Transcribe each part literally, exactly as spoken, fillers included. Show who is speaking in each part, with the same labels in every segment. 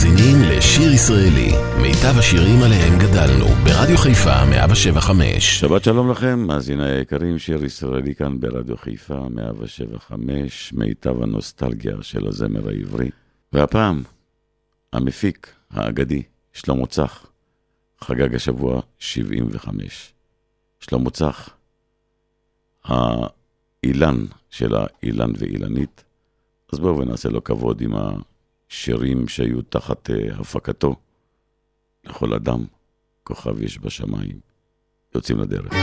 Speaker 1: מאזינים לשיר ישראלי, מיטב השירים עליהם גדלנו, ברדיו חיפה מאה שבע חמש.
Speaker 2: שבת שלום לכם, מאזיני היקרים, שיר ישראלי כאן ברדיו חיפה מאה שבע חמש, מיטב הנוסטלגיה של הזמר העברי. והפעם, המפיק האגדי, שלמה צח, חגג השבוע שבעים וחמש. שלמה צח, האילן של האילן ואילנית, אז בואו ונעשה לו כבוד עם השירים שהיו תחת uh, הפקתו. לכל אדם, כוכב יש בשמיים. יוצאים לדרך.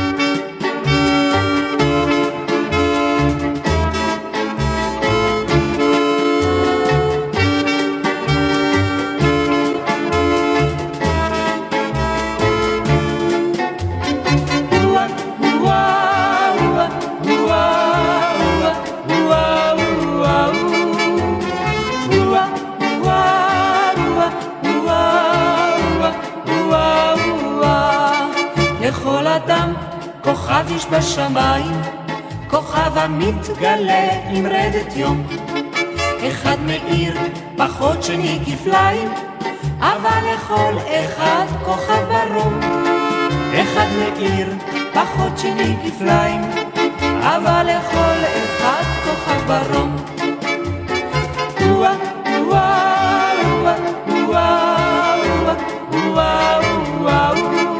Speaker 3: כוכב יש בשמיים, כוכב המתגלה עם רדת יום. אחד מאיר פחות שני כפליים, אבל לכל אחד כוכב ברום. אחד מאיר פחות שני כפליים, אבל לכל אחד כוכב ברום. וואה וואה וואה וואה וואה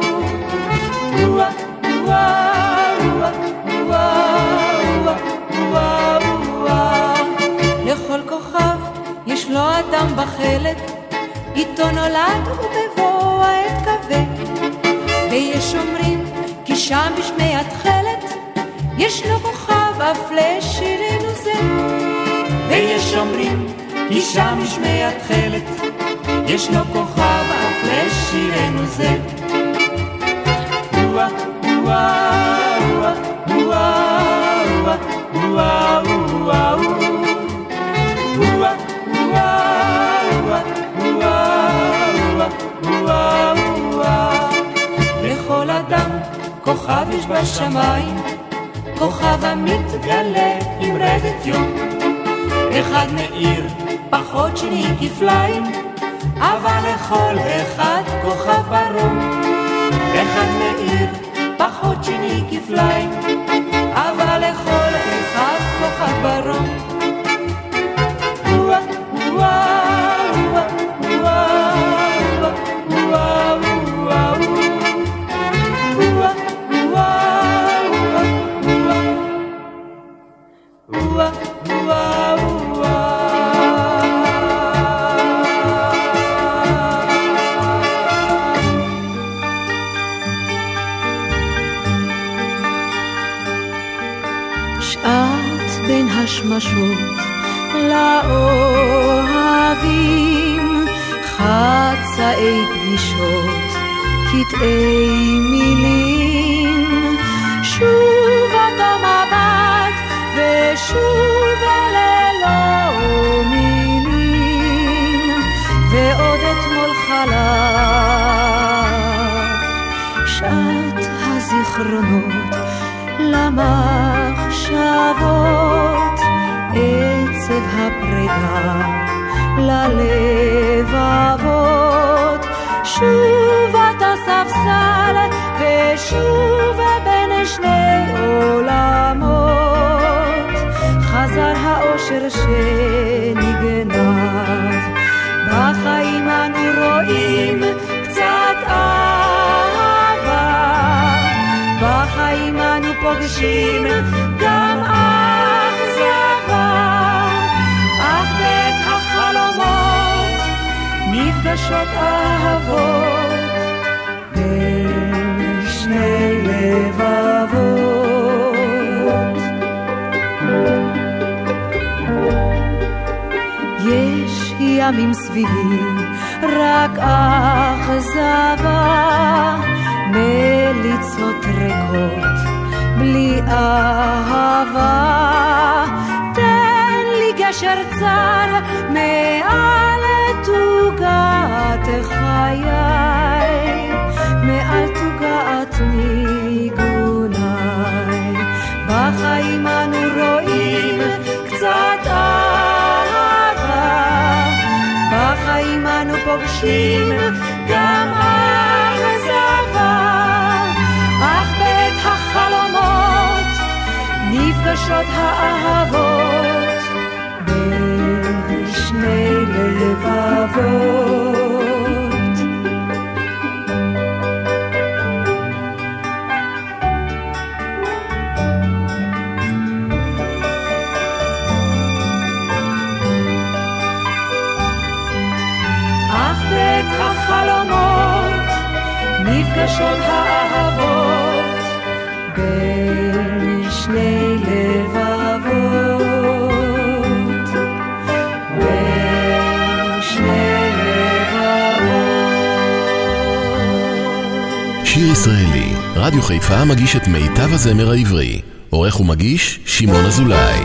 Speaker 3: לכל כוכב יש לו אדם בחלק, איתו נולד ובבוא העת כבד. ויש אומרים כי שם בשמי התחלת יש לו כוכב אף לשירנו זה. ויש אומרים כי שם בשמי התחלת יש לו כוכב אף לשירנו זה. וואה וואה וואה וואה וואה לכל אדם כוכב יש בשמיים, כוכב המתגלה עם רדת יום. אחד מאיר פחות שני כפליים, אבל לכל אחד כוכב ברום. אחד מאיר פחות שני כפליים, אבל לכל אחד כוכב ברום. וואה וואה וואה וואה וואה
Speaker 4: שעת בין השמשות לאוהבים, חצאי פגישות, קטעי מילים. שוב אותו מבט ושוב אלה לא מילים, ועוד אתמול חלף. שעת הזיכרונות למחשבות, עצב הפרידה ללבבות. שוב אתה ספסל ושוב בין שני עולמות, חזר האושר שנגנב. בחיים אנו רואים קצת אהבה, בחיים אנו פוגשים גם אכזבה, אך בית החלומות נפגשות אהבות בין שני לבבות. יש ימים סביבי רק אכזבה, מליצות ריקות בלי אהבה. תן לי גשר צר מעל תוגת חיי, מעל תוגת ניגוני. בחיים אנו רואים קצת אהבה, בחיים אנו פוגשים גם אכזבה, אך בית החלומות נפגשות האהבות בין שני לבבות. החלומות נפגשות האהבות בין שני לבבות, בין שני לבבות.
Speaker 1: שיר ישראלי, רדיו חיפה מגיש את מיטב הזמר העברי. עורך ומגיש שמעון אזולאי.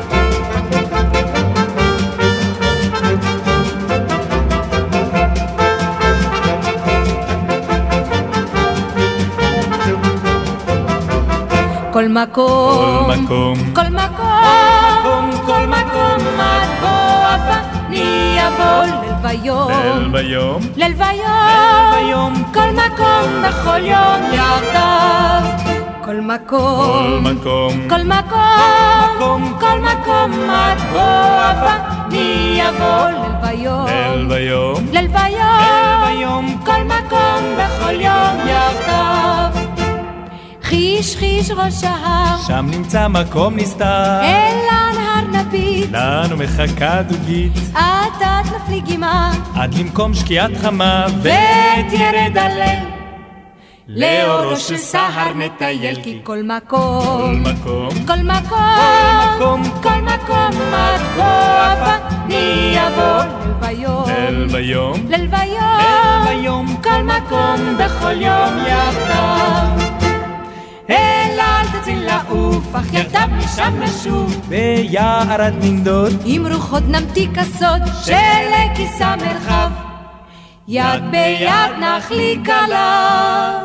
Speaker 3: כל מקום,
Speaker 5: כל מקום,
Speaker 3: כל מקום, כל מקום, את בו אני אבוא ללוויום,
Speaker 5: ללוויום,
Speaker 3: ללוויום, כל מקום, בכל יום יחדיו. כל מקום,
Speaker 5: כל מקום,
Speaker 3: כל מקום, כל מקום, את בו אני אבוא ללוויום,
Speaker 5: ללוויום,
Speaker 3: ללוויום, כל מקום, בכל יום יחדיו. חיש חיש ראש ההר,
Speaker 5: שם נמצא מקום נסתר,
Speaker 3: אל הנהר נביט,
Speaker 5: לנו מחכה דוגית,
Speaker 3: עתת נפליגימה,
Speaker 5: עד למקום שקיעת חמה,
Speaker 3: ותירד הליל, לאורו של סהר נטייל, כי כל מקום,
Speaker 5: כל מקום,
Speaker 3: כל מקום, כל מקום, את בו אני אבוא ללוויום,
Speaker 5: ללוויום,
Speaker 3: ללוויום, כל מקום, בכל יום יחדיו. אל אל תציל לעוף, אך יחדיו משם נשוב,
Speaker 5: ביערת ננדוד,
Speaker 3: עם רוחות נמתיק הסוד של כיסא מרחב, יד ביד נחליק עליו,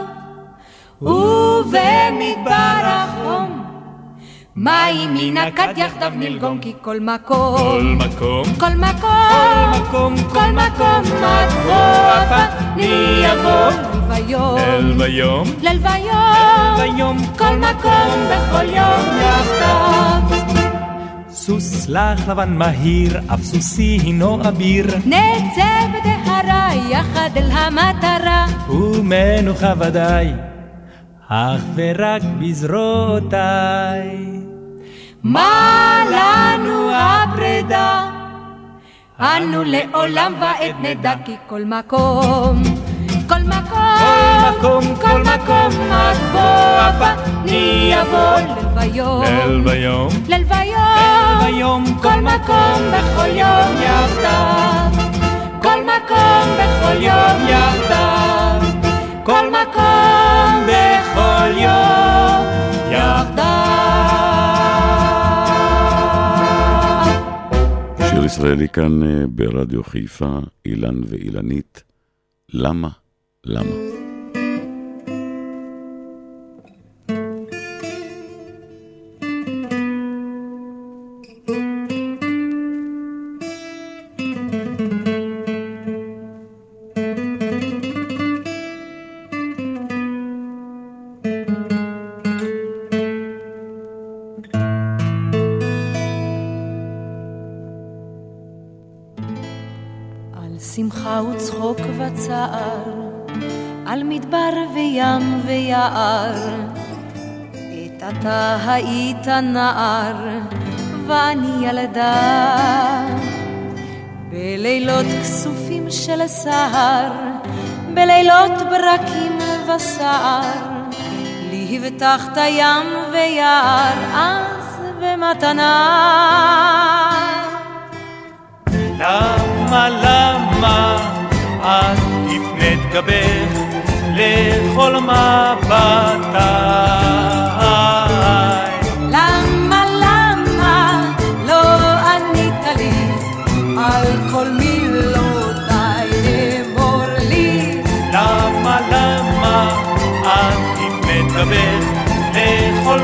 Speaker 3: ובמדבר החום מים מן הכד יחדיו נלגום, כי כל מקום,
Speaker 5: כל מקום,
Speaker 3: כל מקום, כל מקום, את בו אני אבוא ללוויום,
Speaker 5: ללוויום,
Speaker 3: ללוויום, כל מקום, בכל יום יחדיו.
Speaker 5: סוס לך לבן מהיר, אף סוסי הינו אביר,
Speaker 3: נצא בדהרה יחד אל המטרה,
Speaker 5: ומנוחה ודאי, אך ורק בזרועותיי.
Speaker 3: מה לנו הפרידה? אנו לעולם ועד נדע, כי כל מקום, כל מקום, כל מקום, את בו אני אבוא ללוויום,
Speaker 5: ללוויום,
Speaker 3: ללוויום, כל מקום, בכל יום יחדיו, כל מקום, בכל יום יחדיו, כל מקום, בכל יום יחדיו.
Speaker 2: שיר ישראלי כאן ברדיו חיפה, אילן ואילנית. למה? למה?
Speaker 3: שמחה וצחוק וצער, על מדבר וים ויער, עת אתה היית נער ואני ילדה, בלילות כסופים של סהר, בלילות ברקים וסער, לי הבטחת ים ויער אז במתנה.
Speaker 5: למה, למה את הפנית גבך לכל מבטיי?
Speaker 3: למה, למה לא ענית לי על כל מילותיי? אמור לי
Speaker 5: למה, למה את הפנית גבך לכל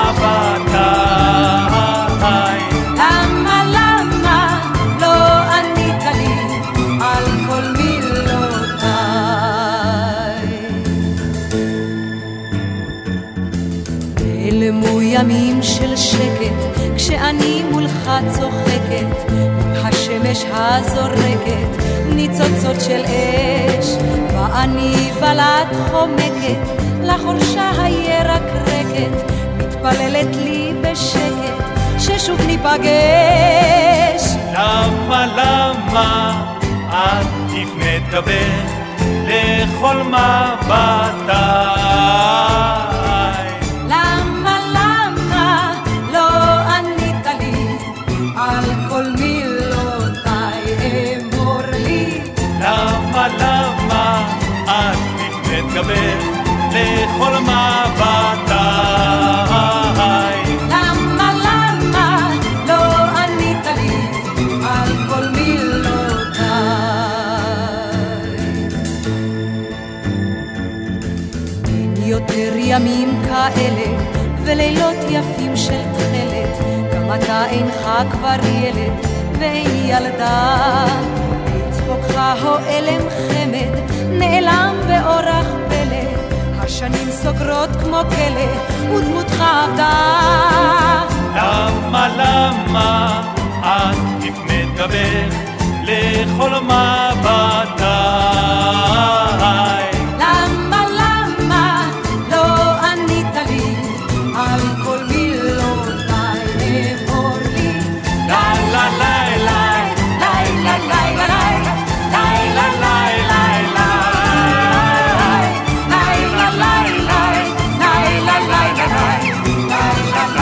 Speaker 5: מבטיי?
Speaker 3: למה, למה לא ענית לי על כל מילותיי? ימים של שקט, כשאני מולך צוחקת, השמש הזורקת, ניצוצות של אש, ואני בלט חומקת, לחורשה הירקרקת, מתפללת לי בשקט, ששוב ניפגש.
Speaker 5: למה, למה, את תפנת גבך לכל מבטי.
Speaker 3: למה, למה, לא ענית לי על כל מילותיי, אמור לי.
Speaker 5: למה, למה, את תפנת גבך לכל מבטי.
Speaker 3: למה, למה, לא ענית לי על כל מילותיי. אין יותר ימים כאלה ולילות יפים של תחלת, גם אתה אינך כבר ילד ואין ילדה, לצחוקך הועלם חמד נעלם באורח פלא, השנים סוגרות כמו כלא ודמותך עבדה.
Speaker 5: למה, למה, את תפנת גבך לכל מבטי.
Speaker 3: למה, למה, לא ענית לי על כל מילותיי, אמור לי.
Speaker 5: לה לה לה לה
Speaker 3: לילה, לילה, לילה, לילה, לילה, לילה, לילה, לילה, לילה,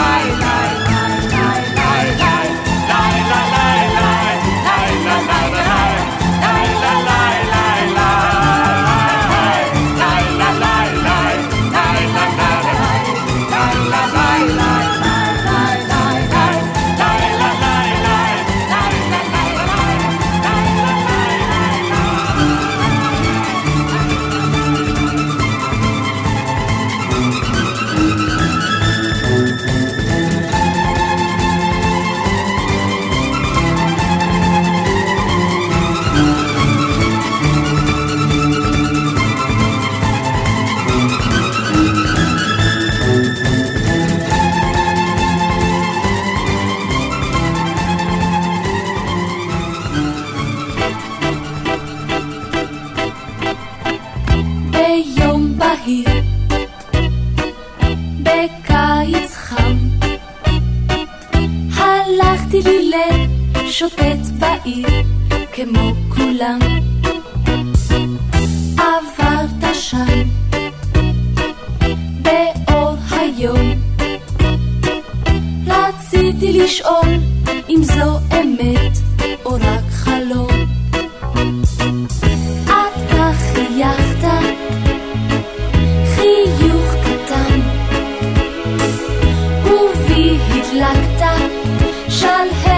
Speaker 6: שוטט בעיר כמו כולם, עברת שם באור היום, רציתי לשאול אם זו אמת או רק חלום. אתה חייכת חיוך קטן ובי הדלקת שלהבת.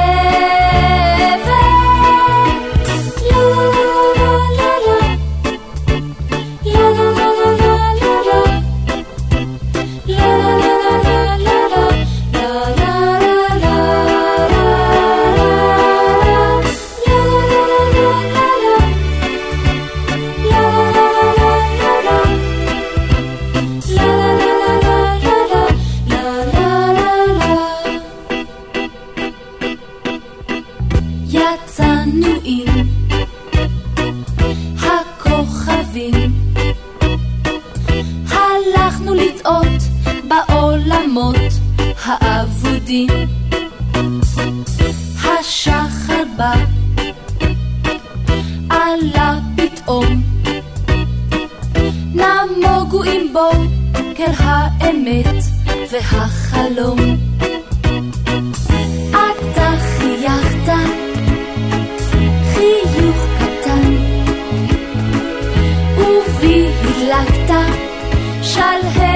Speaker 6: האבודים, השחר בא, עלה פתאום, נמוגו עם בוקר האמת והחלום. אתה חייכת חיוך קטן ובי הדלקת שלהבת.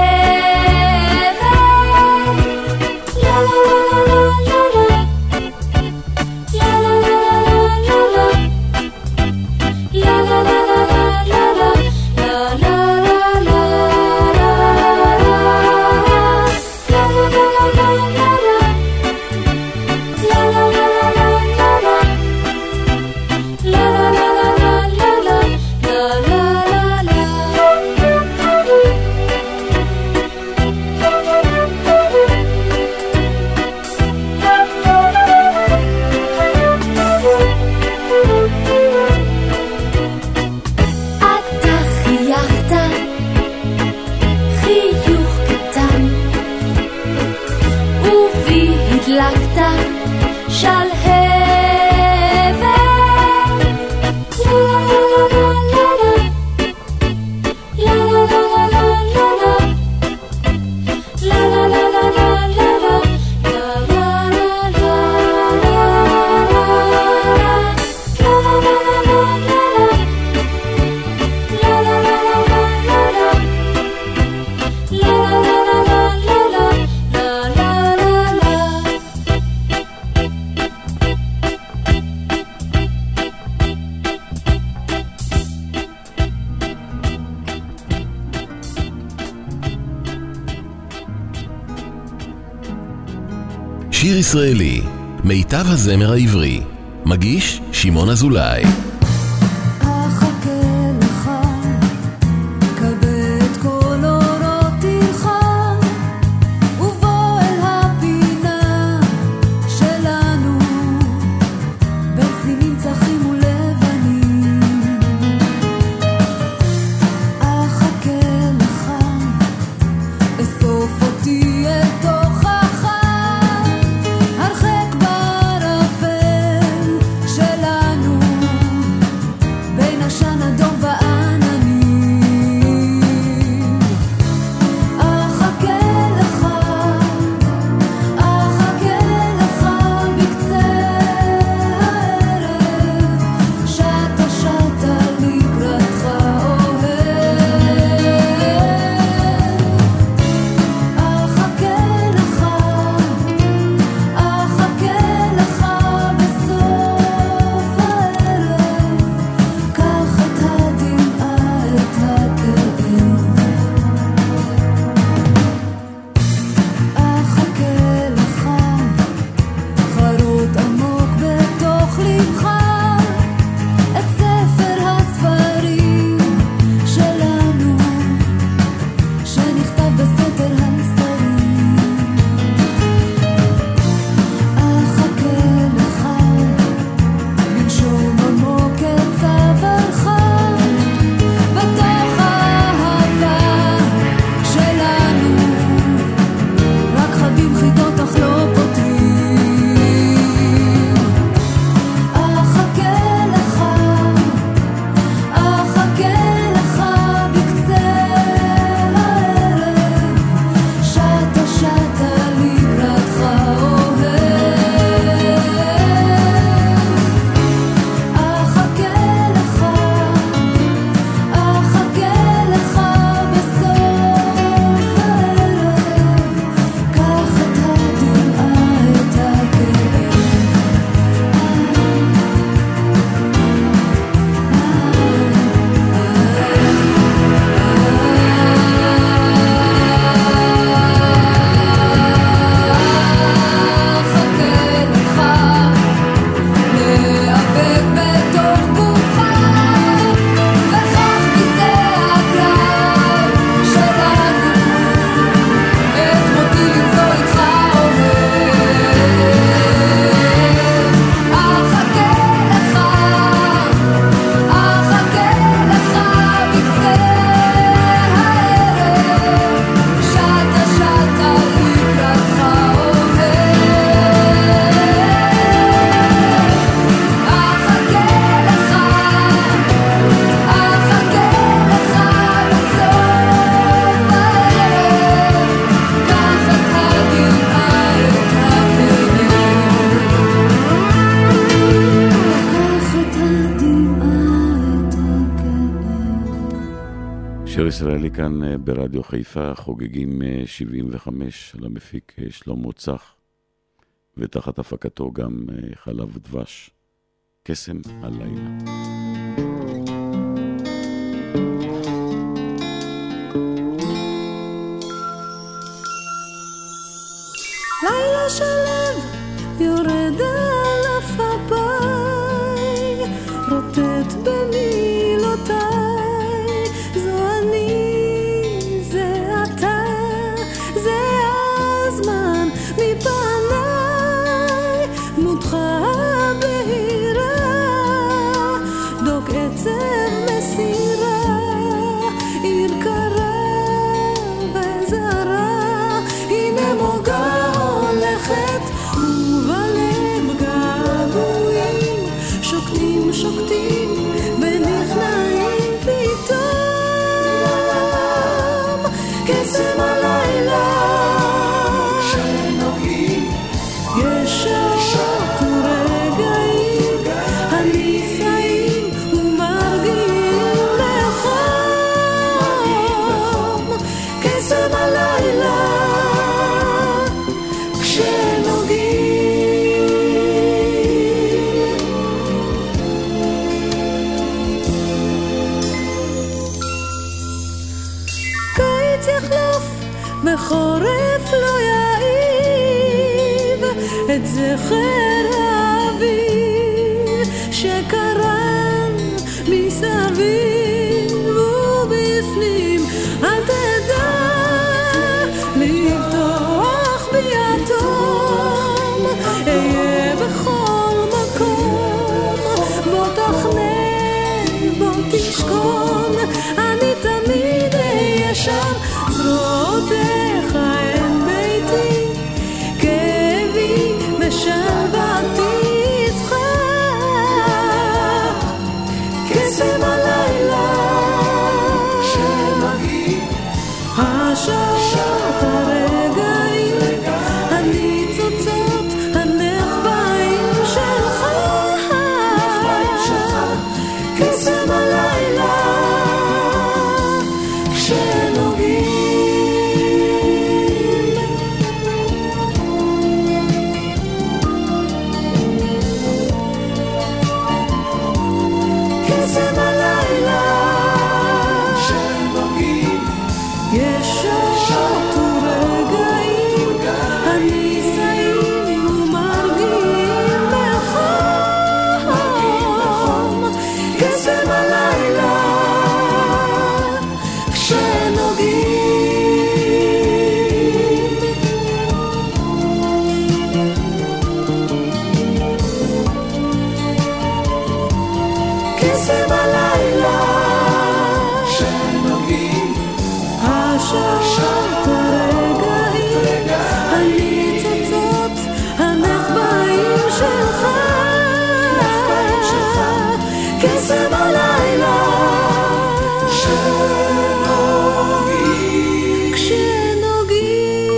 Speaker 1: שיר ישראלי, מיטב הזמר העברי. מגיש שמעון אזולאי.
Speaker 2: שיר ישראלי כאן ברדיו חיפה, חוגגים שבעים וחמש על המפיק שלמה צח, ותחת הפקתו גם חלב ודבש, קסם הלילה.
Speaker 4: לילה שלב יורד על אפי, רוטט במילותיי, זו אני, זה אתה, זה הזמן מפניי, דמותך בהירה, דוק עצב מסירה, עיר קרה וזרה, הנה מוגה הולכת ובלב געגועים, שוקטים שוקטים ונכנעים פתאום, קסם הלילה שנוגעים, יש שעות ורגעים הנישאים ומרגיעים לחום, קסם הלילה וחורף לא יעיב, בחר האוויר שקרן מסביב ובפנים אל תדע לבטוח ביתום אהיה בכל מקום בוא תחנה בוא תשכון אני תמיד אהיה שם זרועותיך הן ביתי כאבי ושלוותי איתך קסם הלילה שמגיע השעות הרגעים הניצוצות הנחבאים שלך קסם הלילה שנוגעים קסם הלילה שנוגעים יש שעות ורגעים הנישאים ומרגיעים בחום קסם הלילה כשנוגעים קסם הלילה שנוגעים השעות הרגעים הניצוצות הנחבאים שלך קסם הלילה שנוגעים כשנוגעים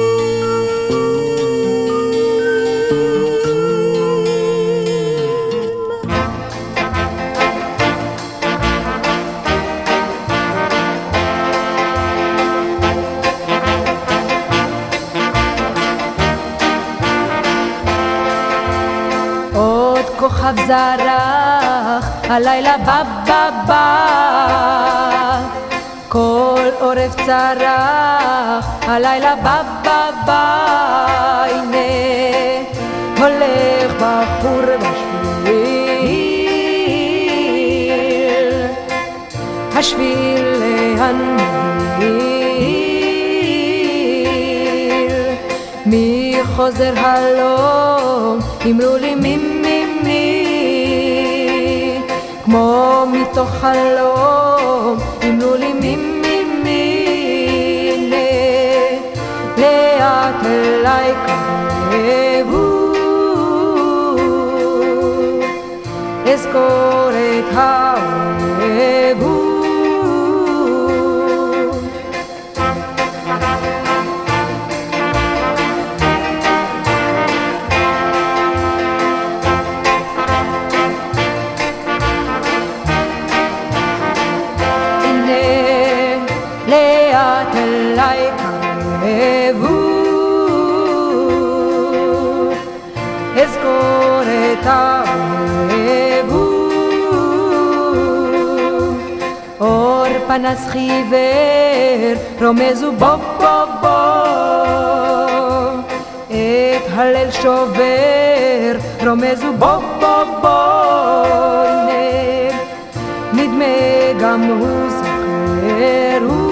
Speaker 3: עוד כוכב זרח, הלילה בא בא בא, כל עורף צרח, הלילה בא בא בא, הנה הולך בחור בשביל, השביל להנמיל, מי חוזר הלום, אמרו לי מי מי מי, כמו מתוך חלום, אמרו לי מי מי מי, לאט אליי קרבו, אזכור את האוהבו. לאט אליי קרבו, אזכור את האוהבו, אור פנס חיוור רומז ובוא בוא בוא, את הליל שובר רומז ובוא בוא בוא, הנה נדמה גם הוא זכרו,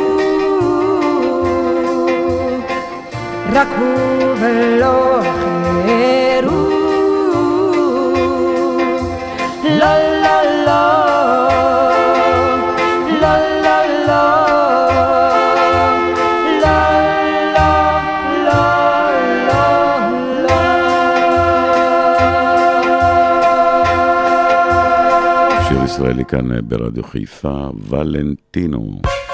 Speaker 3: רק הוא ולא אחרו, לא לא לא לא לא לא לא לא לא לא.
Speaker 2: שיר ישראלי כאן ברדיו חיפה, ולנטינו.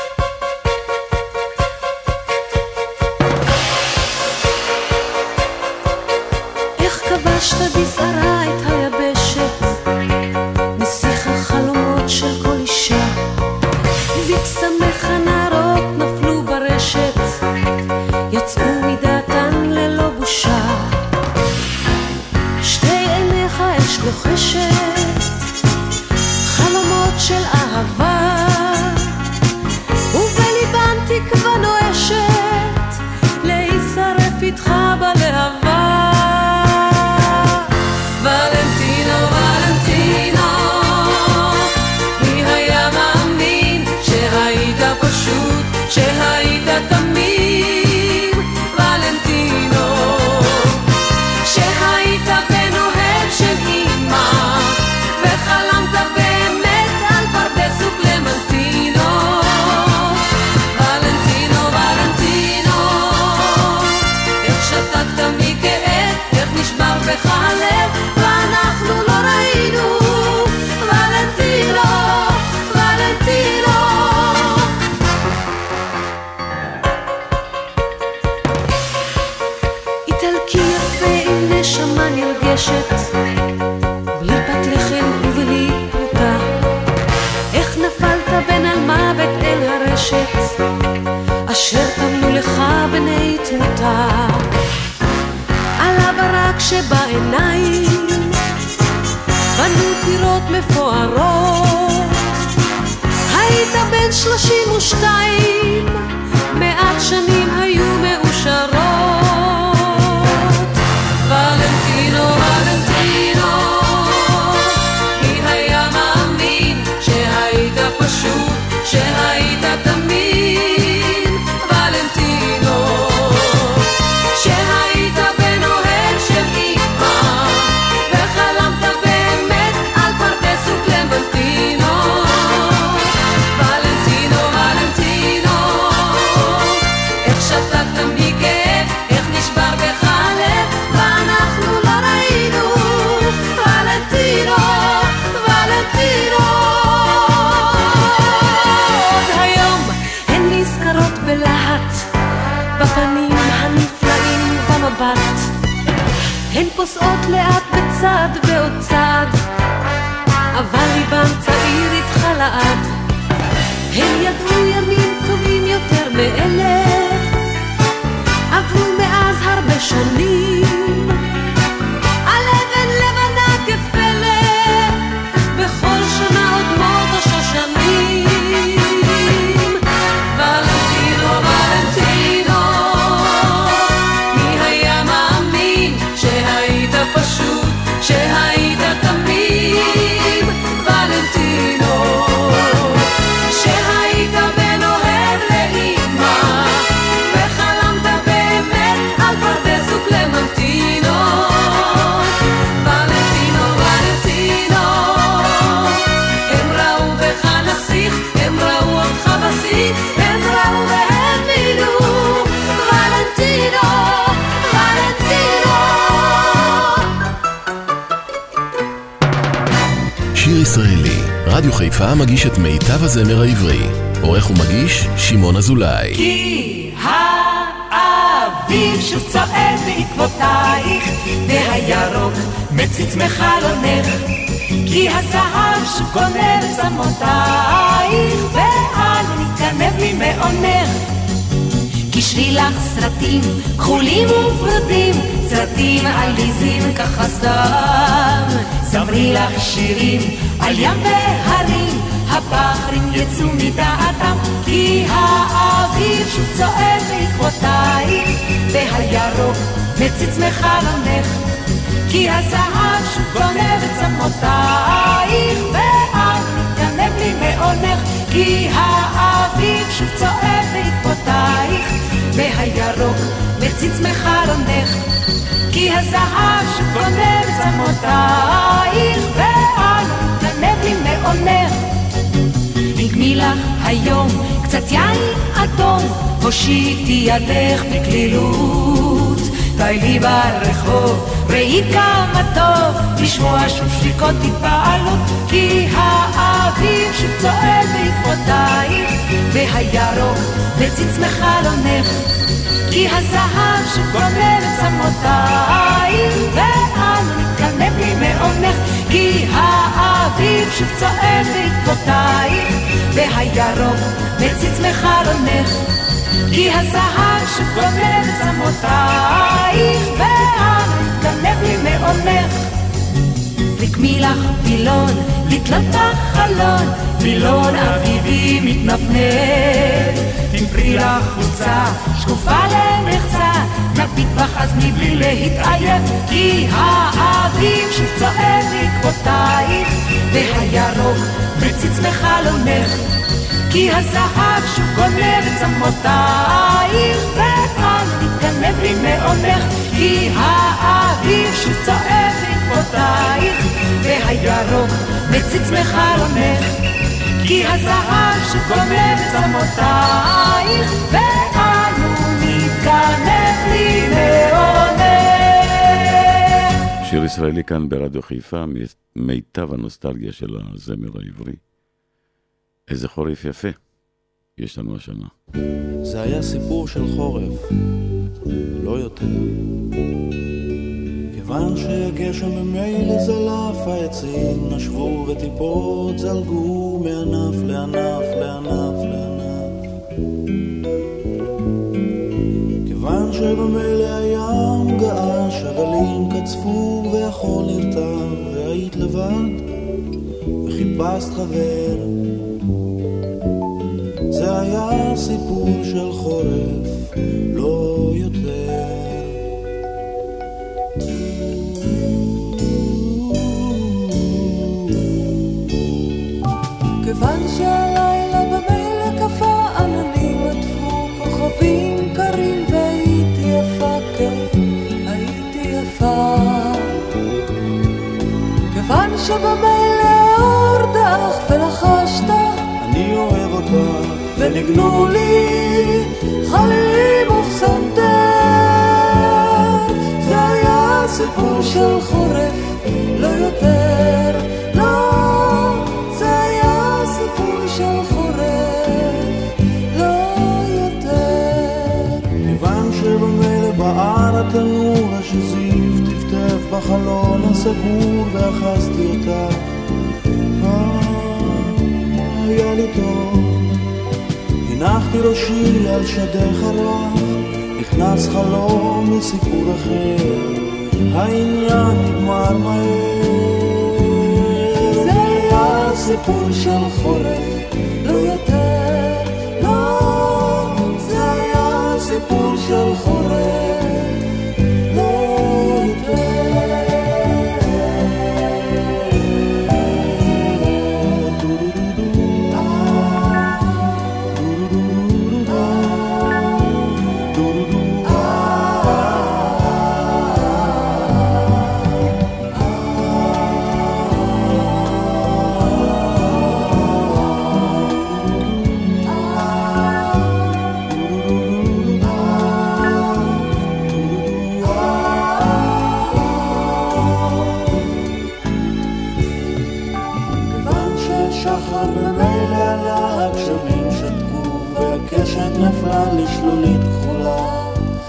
Speaker 4: כבשת בשערה את היבשת משיח החלומות של כל אישה, וקסמך הנערות נפלו ברשת, יצאו מדעתן ללא בושה, שתי עיניך אש לוחשת, חלומות של אהבה, ובליבן תקווה נואשת להישרף איתך בלהבה. היבשת אשר טמנו לך בני תמותה על הברק שבעיניים בנו טירות מפוארות היית בן שלושים ושתיים מעט שנים היו מאושרות ולנטינו ולנטינו מי היה מאמין שהיית פשוט שהיית תמים ולנטינו שהיית בן אוהל של אימא וחלמת באמת על פרדס וקלמנטינו ולנטינו ולנטינו איך שתקת מכאב איך נשבר בך הלב ואנחנו לא ראינו ולנטינו ולנטינו עוד היום הן נזכרות בלהט בפנים הנפלאים ובמבט הן פוסעות לאט בצד ועוד צד אבל ליבם צעיר איתך לעד הם ידעו ימים טובים יותר מאלה עברו מאז הרבה שנים על אבן לבנה כפלא בכל שנה עוד מות השושנים ולנטינו ולנטינו מי היה מאמין שהיית פשוט שהיית תמים ולנטינו שהיית בן אוהב לאמא וחלמת באמת על פרדס וקלמנטינו ולנטינו ולנטינו הם ראו בך נסיך הם ראו אותך בסיך הם ראו והאמינו ולנטינו ולנטינו
Speaker 1: שיר ישראלי, רדיו חיפה מגיש את מיטב הזמר העברי. עורך ומגיש שמעון אזולאי.
Speaker 3: כי האביב שוב צועד בעקבותייך והירוק מציץ מחלונך כי הזהב שוב גונב צמותייך ואנו נתגנב לי מעונך קשרי לך סרטים כחולים ופרודים סרטים עליזים ככה סתם זמרי לך שירים על ים והרים הבחרים יצאו מדעתם כי האביב שוב צועד בעקבותייך והירוק מציץ מחלונך כי הזהב שוב גונב את צמותייך ואנו נתגנב לי מעונך כי האביב שוב צועד בעקבותייך והירוק מציץ מחלונך כי הזהב שוב גונב את צמותייך ואנו נתגנב לי מעונך נגמי לך היום קצת יין אדום הושיטי ידך בקלילות די לי ברחוב ראי כמה טוב לשמוע שוב שריקות התפעלות כי האביב שוב צועד בעקבותייך והירוק מציץ מחלונך כי הזהב שוב גונב את צמותייך ואנו נתגנב לי מעונך כי האביב שוב צועד בעקבותייך והירוק מציץ מחלונך כי הזהב שוב גונב את צמותייך ואנו נתגנב לי מעונך רקמי לך וילון לתלות בחלון וילון אביבי מתנפנף תפרי לך חולצה שקופה למחצה נביט בך אז מבלי להתעייף כי האביב שוב צועד בעקבותייך והירוק מציץ מחלונך כי הזהב שוב גונב את צמותייך ואנו נתגנב לי מעונך כי האביב שוב צועד בעקבותייך והירוק מציץ מחלונך כי הזהב שוב גונב את צמותייך ואנו נתגנב לי מעונך.
Speaker 2: שיר ישראלי כאן ברדיו חיפה, מיטב הנוסטלגיה של הזמר העברי. איזה חורף יפה יש לנו השנה.
Speaker 7: זה היה סיפור של חורף, לא יותר. כיוון שהגשם ממילא זלף, העצים נשבו וטיפות זלגו מענף לענף לענף לענף. צפור והחול נרטב והיית לבד וחיפשת חבר. זה היה סיפור של חורף, לא יותר.
Speaker 4: כיוון שהלילה במילא קפה עננים עטפו כוכבים קרים והייתי יפה, כן, הייתי יפה. כיוון שבמילא האור דח ולחשת
Speaker 7: אני אוהב אותך
Speaker 4: ונגנו לי חלילים ופסנתר. זה היה סיפור של חורף, לא יותר, לא. זה היה סיפור של חורף, לא יותר.
Speaker 7: כיוון שבמילא בער התנור השזיף טפטף בחלון הסגור ואחזתי אותך. היה לי טוב, הנחתי ראשי על שדך הרך, נכנס חלום מסיפור אחר, העניין נגמר מהר.
Speaker 4: זה היה סיפור של חורף, לא יותר, לא. זה היה סיפור של חורף, לא יותר.
Speaker 7: נפלה לשלולית כחולה.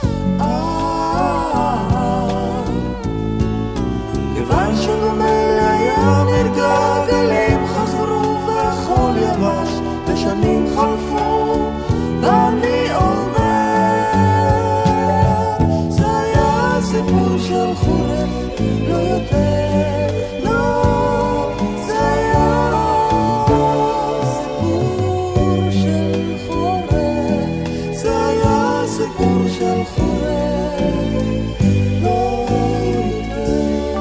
Speaker 4: כיוון שבמילא היה נרגע גלים חזרו והחול יבש ושנים חלפו ואני אומר זה היה סיפור של חורף, לא יותר, לא. זה היה סיפור של חורף, זה היה סיפור של חורף, לא יותר.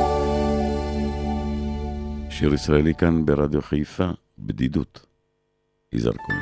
Speaker 2: שיר ישראלי כאן ברדיו חיפה, בדידות, יזהר כהן.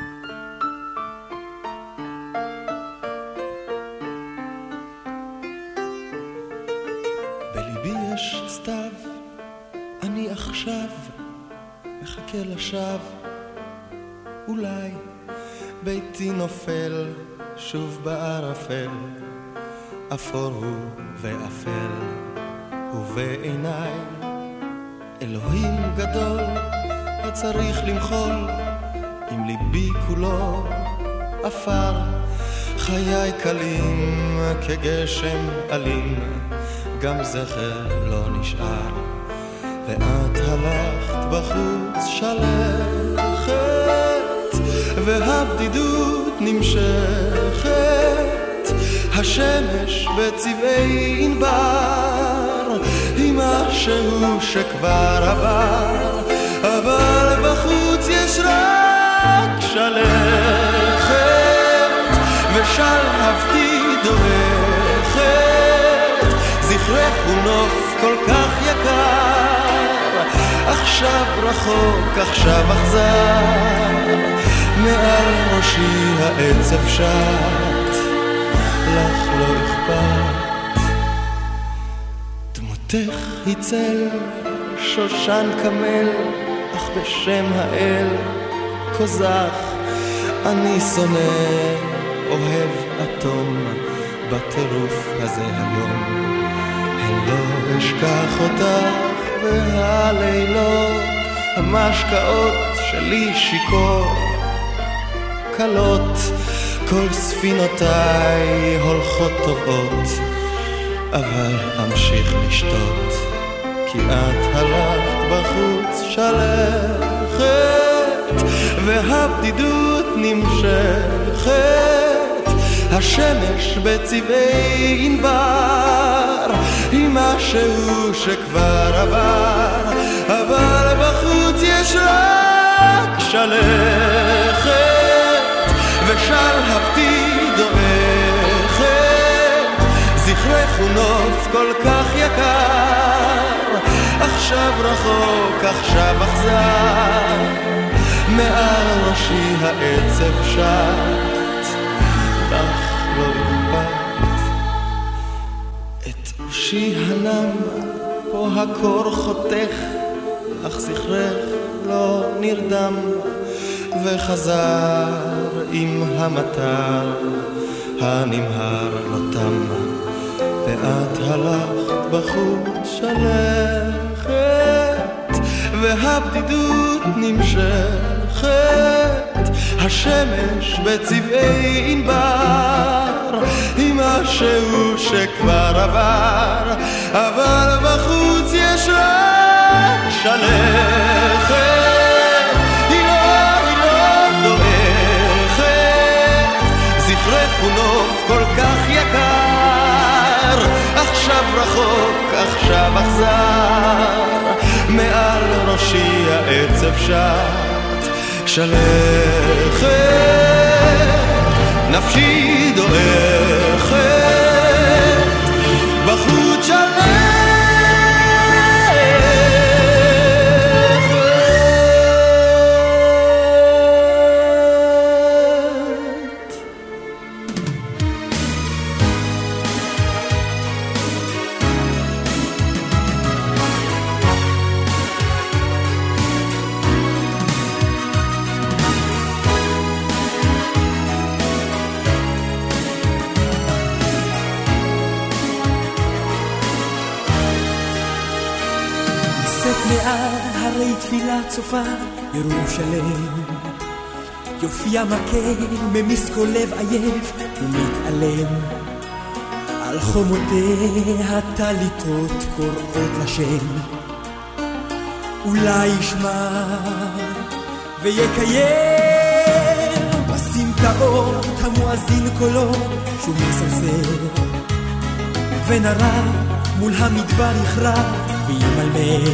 Speaker 8: בליבי יש סתיו, אני עכשיו מחכה לשווא, אולי ביתי נופל שוב בערפל, אפור הוא ואפל, ובעיניי אלוהים גדול הצריך למחול, עם ליבי כולו אפר, חיי קלים כגשם אלים, גם זכר לא נשאר, ואת הלכת בחוץ שלכת, והבדידות נמשכת, השמש בצבעי ענבר, עם משהו שכבר עבר, אבל בחוץ יש רק שלכת, ושלהבתי דורכת, זכרך הוא נוף כל כך יקר, עכשיו רחוק, עכשיו אכזר, מעל ראשי העצב שט, לך לא אכפת. דמותך היא צל, שושן כמל, אך בשם האל כוזך, אני שונא, אוהב אטום, בטירוף הזה היום. אני לא אשכח אותך והלילות, המשקעות שלי שיקור, קלות, כל ספינותיי הולכות טובות, אבל אמשיך לשתות, כי את הלכת בחוץ שלכת, והבדידות נמשכת, השמש בצבעי ענבר, עם משהו שכבר עבר, אבל בחוץ יש רק שלכת, ושלהבתי דועכת, זכרך הוא נוף כל כך יקר, עכשיו רחוק, עכשיו אכזר, מעל ראשי העצב שט, לך לא אכפת. את ראשי הנם פה הקור חותך, אך זכרך לא נרדם, וחזר עם המטר הנמהר לא תם, ואת הלכת בחוץ שלכת, והבדידות נמשכת, השמש בצבעי ענבר, עם משהו שכבר עבר, אבל בחוץ יש רק שלכת, היא לא, היא לא דועכת, זכרך הוא נוף כל כך יקר, עכשיו רחוק, עכשיו אכזר, מעל ראשי העצב שט, שלכת, נפשי דועכת, בחוץ שלכת.
Speaker 9: הרי תפילה צופה ירושלם, יופיע מקל ממיסקו לב עייף ומתעלם, על חומותיה טליתות קוראות לשם, אולי ישמע ויקיים בסמטאות המואזין קולו שוב מסלסל, ונרא מול המדבר יכרע וימלמל,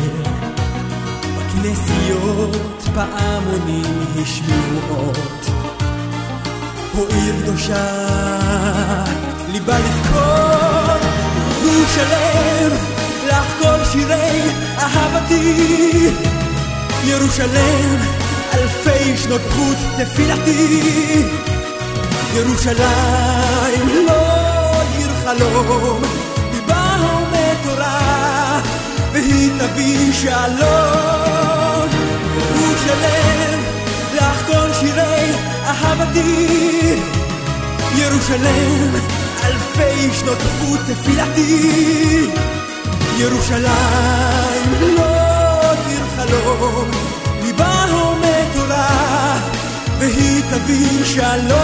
Speaker 9: בכנסיות פעמונים השמיעו אות, עיר קדושה ליבה לבכות, ירושלם לך כל שירי אהבתי, ירושלם אלפי שנות חוט תפילתי, ירושלים לא עיר חלום, ליבה ומתורה והיא תביא שלום, ירושלם לך כל שירי אהבתי, ירושלם אלפי שנות חוט תפילתי, ירושלים לא עיר חלום, ליבה ומתורה והיא תביא שלום,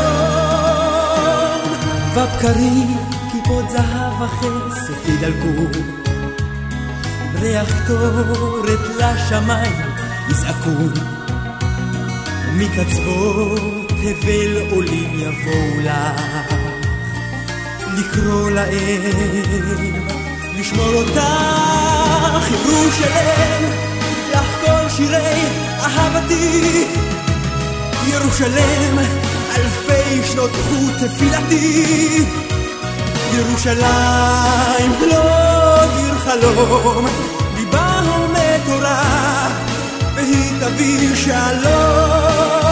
Speaker 9: ובקרים כיפות זהב וכסף ידלקו, ריח קטורת לשמיים יזעקו, מקצוות תבל עולים יבואו לך, לקרוא להם, לשמור אותך, ירושלם לך כל שירי אהבתי, ירושלם אלפי שנות חוט תפילתי, ירושלים לא עיר חלום, ליבה ומתורה והיא תביא שלום,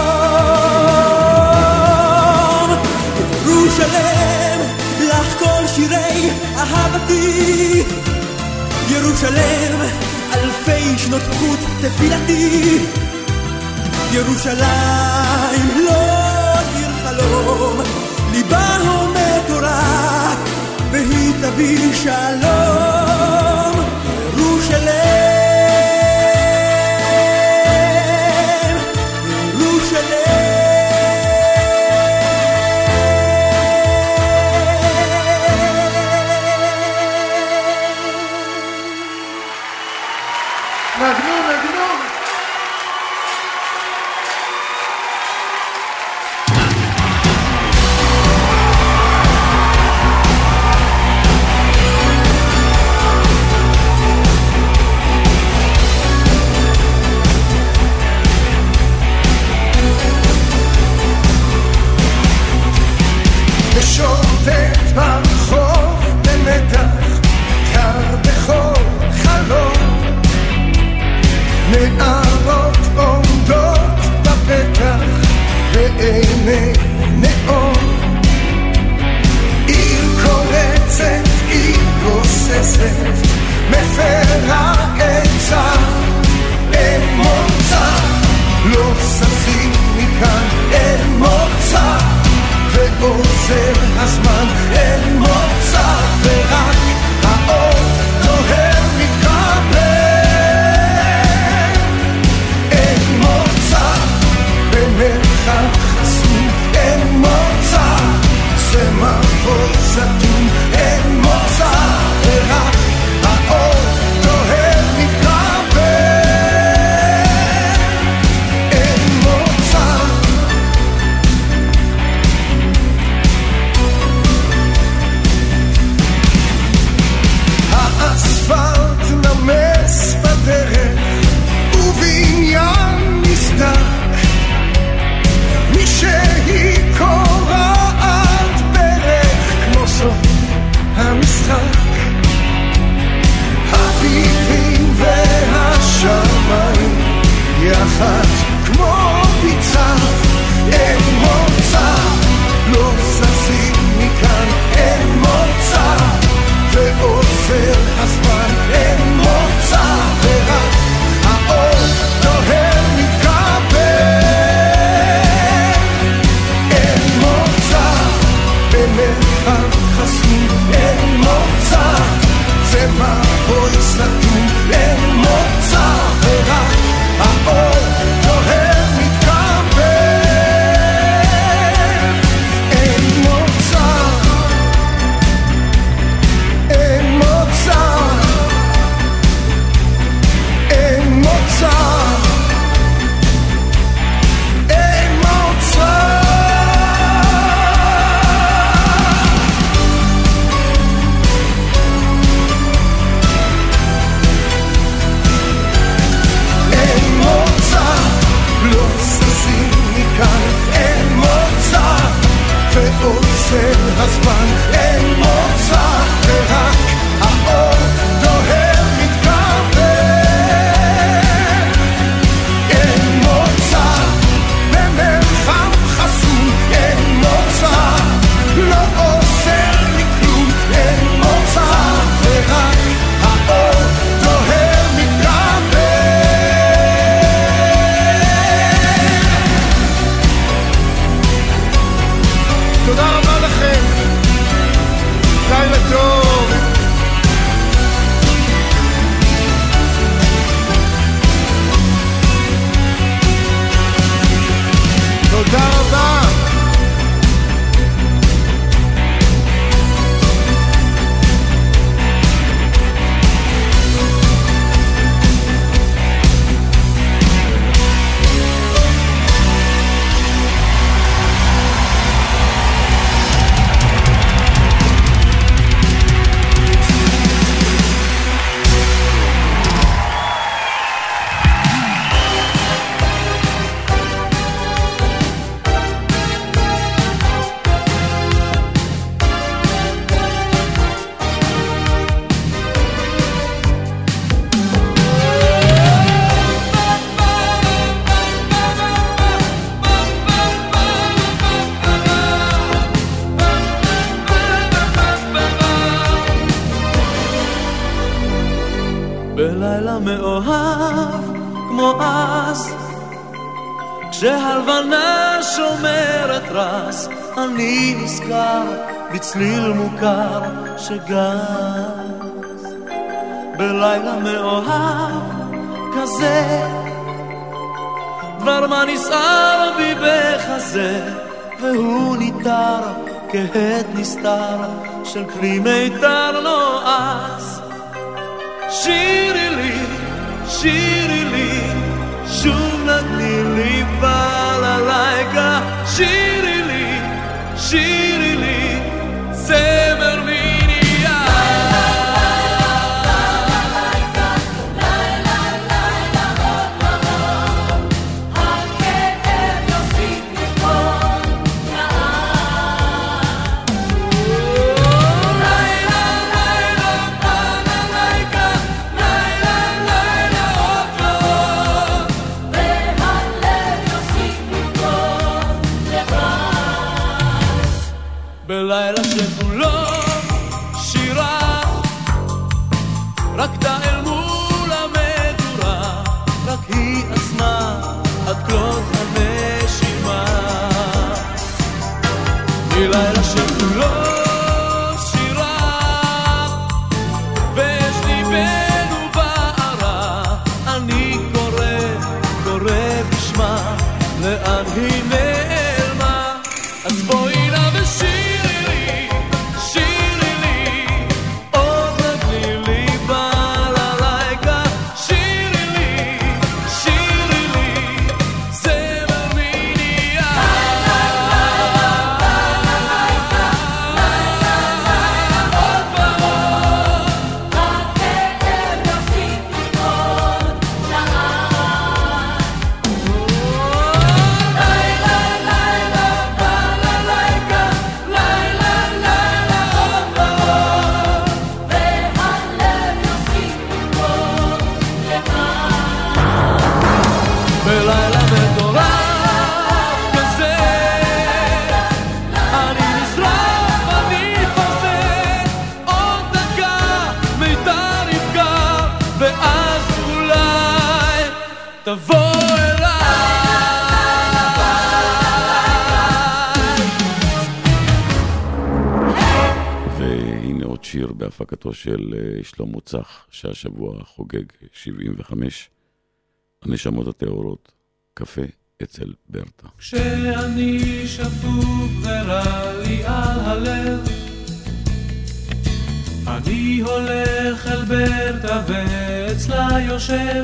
Speaker 9: ירושלם לך כל שירי אהבתי, ירושלם אלפי שנות חוט תפילתי, ירושלים לא עיר חלום, ליבה ומתורה והיא תביא שלום, ירושלם, ירושלם.
Speaker 10: נגנו, נגנו. משוטט ברחוב במתח קר בכל חלום, נערות עומדות בפתח בעיני נאון, עיר קורצת, עיר גוססת, מפרה עצה, אין מוצא, לא זזים מכאן, אין מוצא, ועוזר הזמן, אין מוצא, ורק האור דוהר מתקבל, אין מוצא, במרחב חסום, אין מוצא, זה מבוי סתום, אין מוצא, ורק האור דוהר מתקבל, אין מוצא. האספלט נמס בדרך ובעניין נסדק, מי שהיא קורעת ברך כמו סוף המשחק, הביבים והשמיים יחד כמו ביצה, אין מוצא, לא זזים מכאן, אין מוצא, ועוזר הזמן, אין מוצא, ורק האור דוהר מתקבל, אין מוצא, במרחב חסום, אין מוצא, זה מבוי סתום, אין מוצא, ורק האור דוהר מתקבל, אין מוצא, אין מוצא, אין מוצא, אין מוצא. אין מוצא, לא זזים מכאן, אין מוצא, ועוצר הזמן, אין מוצא, ורק האור דוהר מתקבל, אין מוצא, במרחב חסום, אין מוצא, לא עושה לי כלום, אין מוצא, ורק האור דוהר מתקבל. תודה רבה לכם, לילה טוב. תודה רבה.
Speaker 11: בלילה מאוהב כמו אז, כשהלבנה שומרת רס, אני נזכר בצליל מוכר שגז. בלילה מאוהב כזה, דבר מה נסער בי בחזה, והוא ניתר כהד נסתר של כלי מיתר נועז. שירי לי, שירי לי, שוב נתני לי בללייקה. שירי לי, שירי לי, זמר מיניה. הכאב יוסיף לכל נער. בלילה שכולו שירה, רקדה אל מול המדורה, רק היא עצמה עד כלות הנשימה. בלילה שכולו שירה, ויש ליבנו בערה, אני קורא, קורא בשמה, לאן היא נעלמה. אז בואי נא ושירי לי, שירי לי, עוד נתני לי בללייקה, שירי לי, שירי לי, זמר מניעה. עוד ועוד, הכאב יוסיף לקרות לאט. לילה, לילה, בללייקה, לילה, לילה, עוד ועוד, והלב יוסיף לקרות לאט. בלילה מטורף כזה, אני נשרף, אני חוזר, עוד דקה מיתר יפגע, ואז אולי תבוא
Speaker 2: והנה עוד שיר בהפקתו של אה, שלמה צח, שהשבוע חוגג שבעים וחמש, הנשמות הטהורות, קפה אצל ברטה.
Speaker 11: כשאני שפוף ורע לי על הלב, אני הולך אל ברטה ואצלה יושב,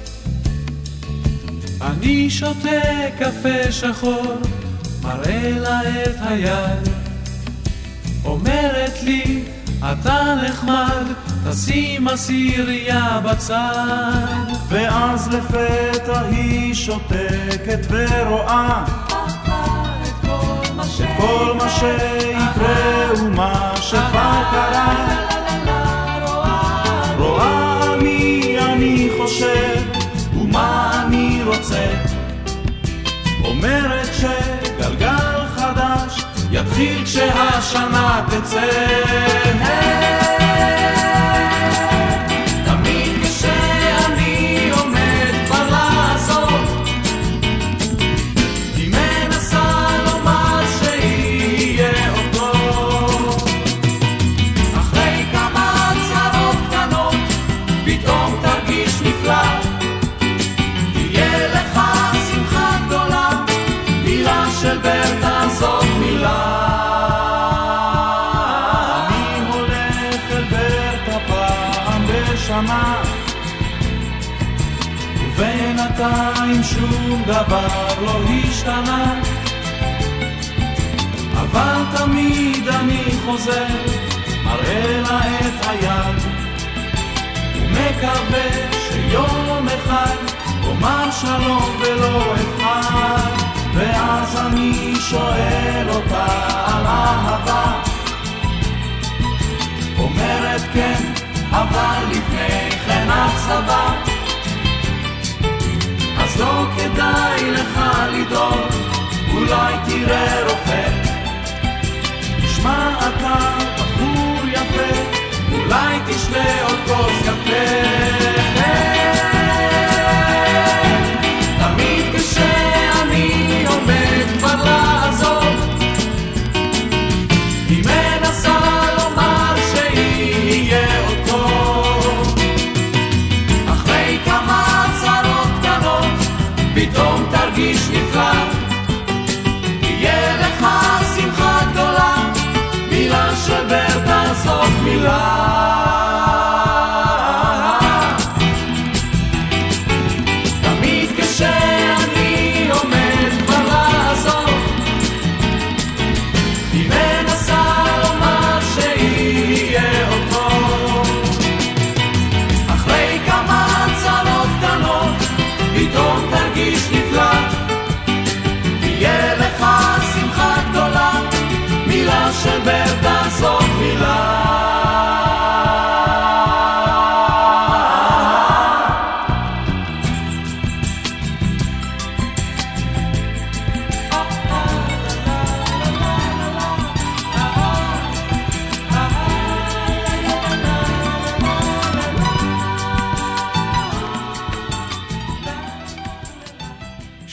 Speaker 11: אני שותה קפה שחור, מראה לה את היד, אומרת לי אתה נחמד, תשים הסירייה בצד.
Speaker 12: ואז לפתע היא שותקת ורואה את כל מה שיקרה ומה שכבר קרה. רואה מי אני חושב ומה אני רוצה, אומרת שגלגל חדש יתחיל כשהשנה תצא. תמיד כשאני עומד כבר לעזוב, היא מנסה לומר שיהיה אותו. אחרי כמה צרות קטנות פתאום תרגיש נפלא, תהיה לך שמחה גדולה, מילה של ברטה זאת מילה. אני הולך אל ברטה פעם בשנה, ובינתיים שום דבר לא השתנה, אבל תמיד אני חוזר, מראה לה את היד, ומקווה שיום אחד אומר שלום ולא אבחר. ואז אני שואל אותה על אהבה, אומרת כן, אבל לפני כן אכזבה. אז לא כדאי לך לדאוג, אולי תראה רופא, תשמע אתה בחור יפה, אולי תשתה עוד כוס קפה. תמיד כשאני עומד כבר לעזוב, היא מנסה לומר שיהיה עוד טוב. אחרי כמה צרות קטנות פתאום תרגיש נפלא, יהיה לך שמחה גדולה, מילה של ברטה זאת מילה.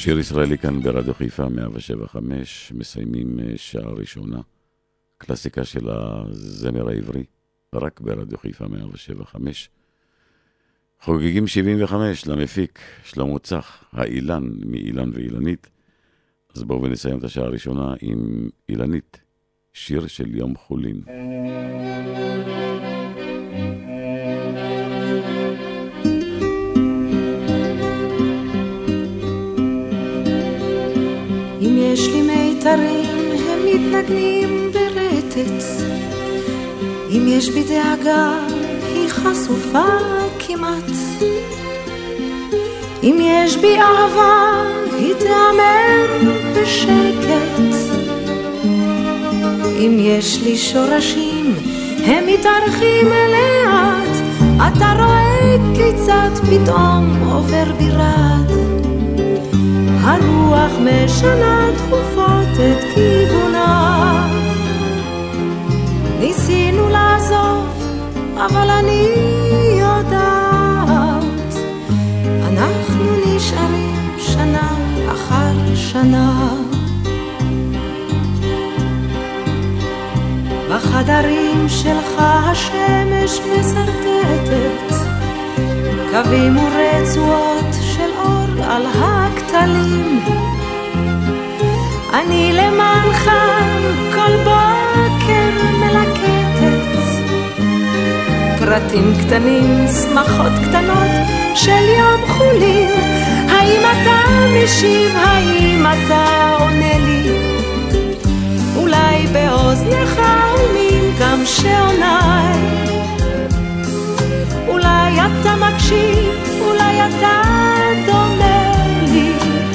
Speaker 2: שיר ישראלי כאן ברדיו חיפה מאה שבע חמש, מסיימים שעה ראשונה, קלאסיקה של הזמר העברי, רק ברדיו חיפה מאה שבע חמש. חוגגים שבעים וחמש למפיק שלמה צח, האילן מאילן ואילנית. אז בואו ונסיים את השעה הראשונה עם אילנית, שיר של יום חולין.
Speaker 3: אם יש לי מיתרים הם מתנגנים ברטט, אם יש בי דאגה היא חשופה כמעט, אם יש בי אהבה היא תאמר בשקט, אם יש לי שורשים הם מתארחים לאט, אתה רואה כיצד פתאום עובר בירד, הרוח משנה תחופות את כיוונה, ניסינו לעזוב אבל אני יודעת, אנחנו נשארים שנה אחר שנה, בחדרים שלך השמש מסרטטת קווים ורצועות של אור על הכתלים, אני למענך כל בוקר מלקטת פרטים קטנים, שמחות קטנות של יום חולין, האם אתה משיב, האם אתה עונה לי, אולי באוזנך עונים גם שעוניי, אולי אתה מקשיב, אולי אתה דומה לי,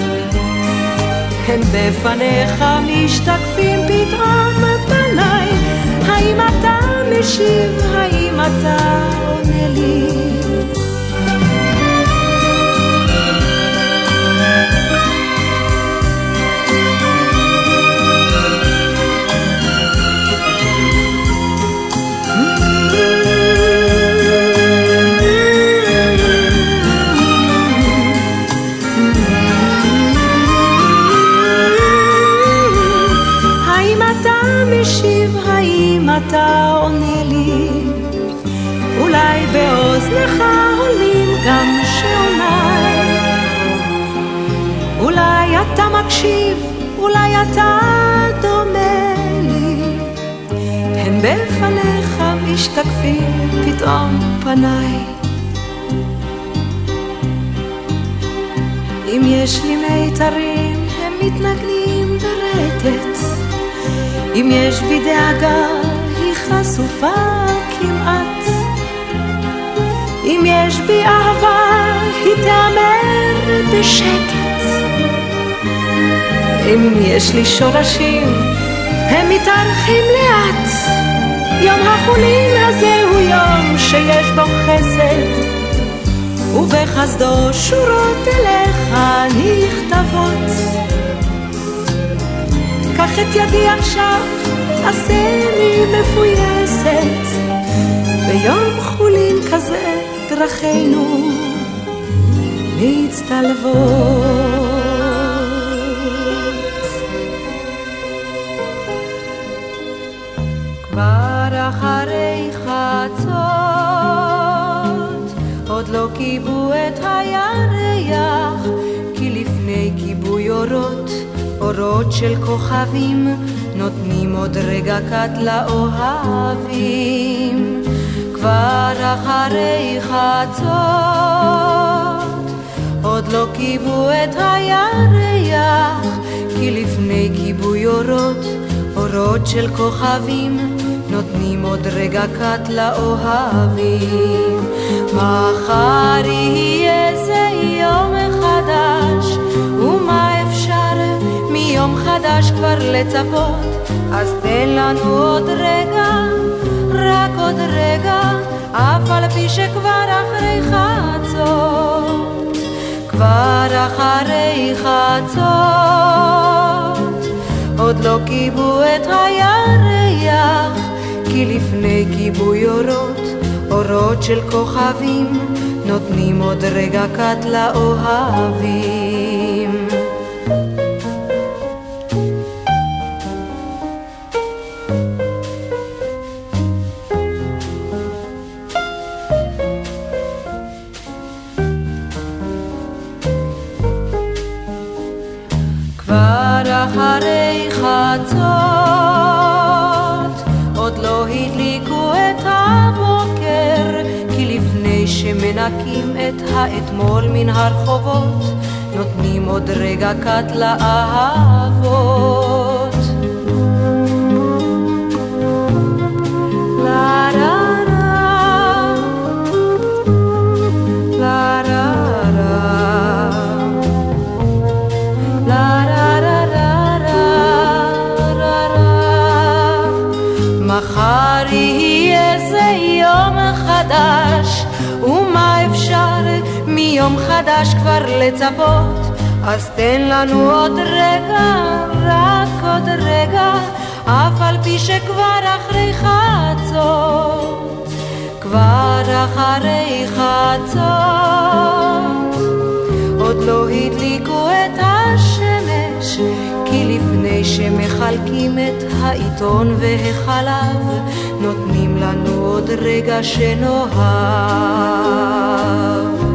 Speaker 3: הם בפניך משתקפים פתאום פניי, האם אתה משיב, האם אתה עונה לי, אתה עונה לי, אולי באוזנך עולים גם שעוניי, אולי אתה מקשיב, אולי אתה דומה לי, הם בפניך משתקפים פתאום פניי, אם יש לי מיתרים הם מתנגנים ברטט, אם יש בי דאגה היא חשופה כמעט, אם יש בי אהבה היא תאמר בשקט, אם יש לי שורשים הם מתארחים לאט, יום החולין הזה הוא יום שיש בו חסד, ובחסדו שורות אליך נכתבות, קח את ידי עכשיו, עשני מפויסת, ביום חולין כזה דרכינו מצטלבות. כבר אחרי חצות, עוד לא קיבו את הירח, כי לפני כיבוי אורות, אורות של כוכבים נותנים עוד רגע קט לאוהבים, כבר אחרי חצות, עוד לא כיבו את הירח, כי לפני כיבוי אורות, אורות של כוכבים נותנים עוד רגע קט לאוהבים, מחר יהיה זה יום חדש, ומה אפשר מיום חדש כבר לצפות, אז תן לנו עוד רגע, רק עוד רגע, אף על פי שכבר אחרי חצות, כבר אחרי חצות, עוד לא כיבו את הירח, כי לפני כיבוי אורות, אורות של כוכבים נותנים עוד רגע קט לאוהבים. מנקים את האתמול מן הרחובות, נותנים עוד רגע קט לאהבות. לה לה מחר יהיה זה יום חדש, ומה אפשר מיום חדש כבר לצפות? אז תן לנו עוד רגע, רק עוד רגע, אף על פי שכבר אחרי חצות, כבר אחרי חצות, עוד לא הדליקו את השמש, כי לפני שמחלקים את העיתון והחלב, נותנים לנו עוד רגע שנאהב.